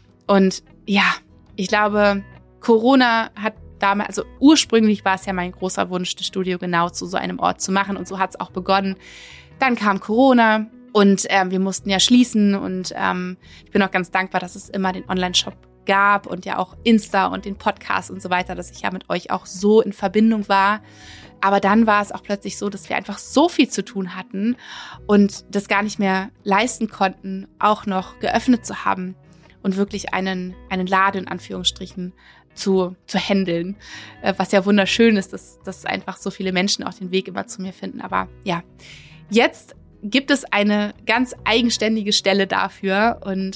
Und ja, ich glaube, Corona hat damals, also ursprünglich war es ja mein großer Wunsch, das Studio genau zu so einem Ort zu machen und so hat es auch begonnen. Dann kam Corona und wir mussten ja schließen und ich bin auch ganz dankbar, dass es immer den Online-Shop gab und ja auch Insta und den Podcast und so weiter, dass ich ja mit euch auch so in Verbindung war. Aber dann war es auch plötzlich so, dass wir einfach so viel zu tun hatten und das gar nicht mehr leisten konnten, auch noch geöffnet zu haben und wirklich einen Laden in Anführungsstrichen zu handeln, was ja wunderschön ist, dass einfach so viele Menschen auch den Weg immer zu mir finden. Aber ja, jetzt gibt es eine ganz eigenständige Stelle dafür und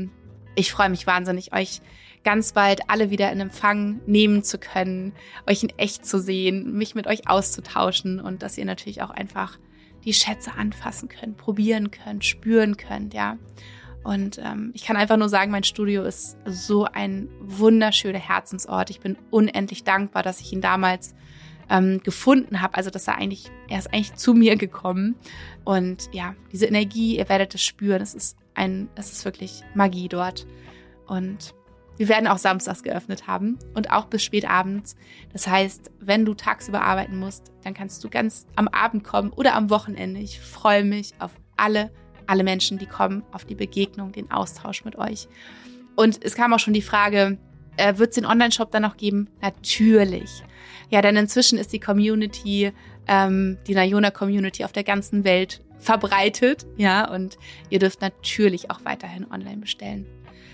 ich freue mich wahnsinnig, euch ganz bald alle wieder in Empfang nehmen zu können, euch in echt zu sehen, mich mit euch auszutauschen und dass ihr natürlich auch einfach die Schätze anfassen könnt, probieren könnt, spüren könnt, ja. Und ich kann einfach nur sagen, mein Studio ist so ein wunderschöner Herzensort. Ich bin unendlich dankbar, dass ich ihn damals gefunden habe. Also er ist eigentlich zu mir gekommen. Und ja, diese Energie, ihr werdet es spüren. Es ist wirklich Magie dort. Und Wir werden auch samstags geöffnet haben und auch bis spät abends. Das heißt, wenn du tagsüber arbeiten musst, dann kannst du ganz am Abend kommen oder am Wochenende. Ich freue mich auf alle Menschen, die kommen, auf die Begegnung, den Austausch mit euch. Und es kam auch schon die Frage, wird es den Online-Shop dann noch geben? Natürlich. Ja, denn inzwischen ist die Community, die Nayona-Community auf der ganzen Welt verbreitet. Ja, und ihr dürft natürlich auch weiterhin online bestellen.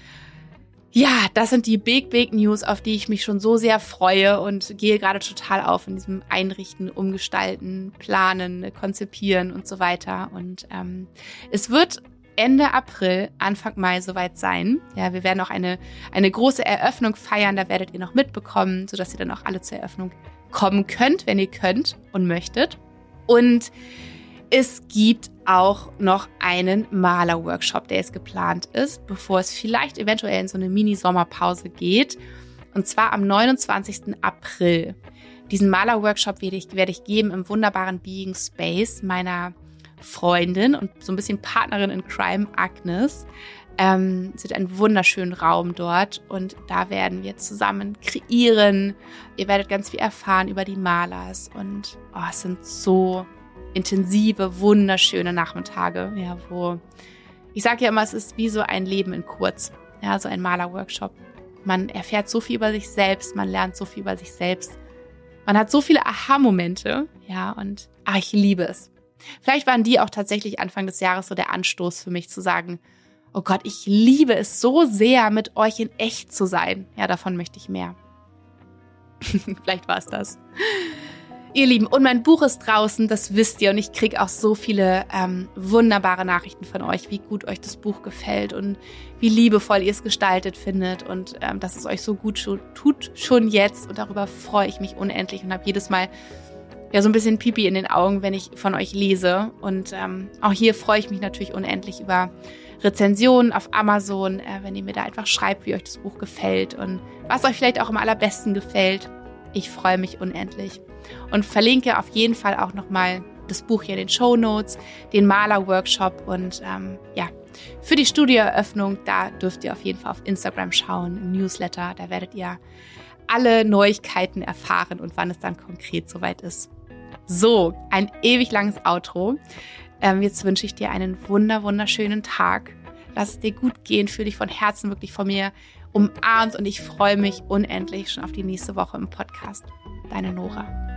Ja, das sind die Big News, auf die ich mich schon so sehr freue und gehe gerade total auf in diesem Einrichten, Umgestalten, Planen, Konzipieren und so weiter. Und es wird Ende April, Anfang Mai soweit sein. Ja, wir werden auch eine große Eröffnung feiern, da werdet ihr noch mitbekommen, sodass ihr dann auch alle zur Eröffnung kommen könnt, wenn ihr könnt und möchtet. Und es gibt auch noch einen Maler-Workshop, der jetzt geplant ist, bevor es vielleicht eventuell in so eine Mini-Sommerpause geht. Und zwar am 29. April. Diesen Maler-Workshop werde ich geben im wunderbaren Being Space meiner Freundin und so ein bisschen Partnerin in Crime, Agnes. Sie hat einen wunderschönen Raum dort und da werden wir zusammen kreieren. Ihr werdet ganz viel erfahren über die Malers und es sind so intensive, wunderschöne Nachmittage, ja, wo ich sage ja immer, es ist wie so ein Leben in kurz, ja, so ein Maler-Workshop. Man erfährt so viel über sich selbst, man lernt so viel über sich selbst. Man hat so viele Aha-Momente, ja, und ich liebe es. Vielleicht waren die auch tatsächlich Anfang des Jahres so der Anstoß für mich zu sagen, oh Gott, ich liebe es so sehr, mit euch in echt zu sein. Ja, davon möchte ich mehr. Vielleicht war es das. Ihr Lieben, und mein Buch ist draußen, das wisst ihr. Und ich kriege auch so viele wunderbare Nachrichten von euch, wie gut euch das Buch gefällt und wie liebevoll ihr es gestaltet findet und dass es euch so gut tut schon jetzt. Und darüber freue ich mich unendlich und habe jedes Mal ja so ein bisschen Pipi in den Augen, wenn ich von euch lese. Und auch hier freue ich mich natürlich unendlich über Rezensionen auf Amazon, wenn ihr mir da einfach schreibt, wie euch das Buch gefällt und was euch vielleicht auch am allerbesten gefällt. Ich freue mich unendlich und verlinke auf jeden Fall auch nochmal das Buch hier in den Shownotes, den Maler-Workshop und für die Studioeröffnung, da dürft ihr auf jeden Fall auf Instagram schauen, im Newsletter, da werdet ihr alle Neuigkeiten erfahren und wann es dann konkret soweit ist. So, ein ewig langes Outro. Jetzt wünsche ich dir einen wunderschönen Tag. Lass es dir gut gehen, fühle dich von Herzen wirklich von mir umarmt und ich freue mich unendlich schon auf die nächste Woche im Podcast. Deine Nora.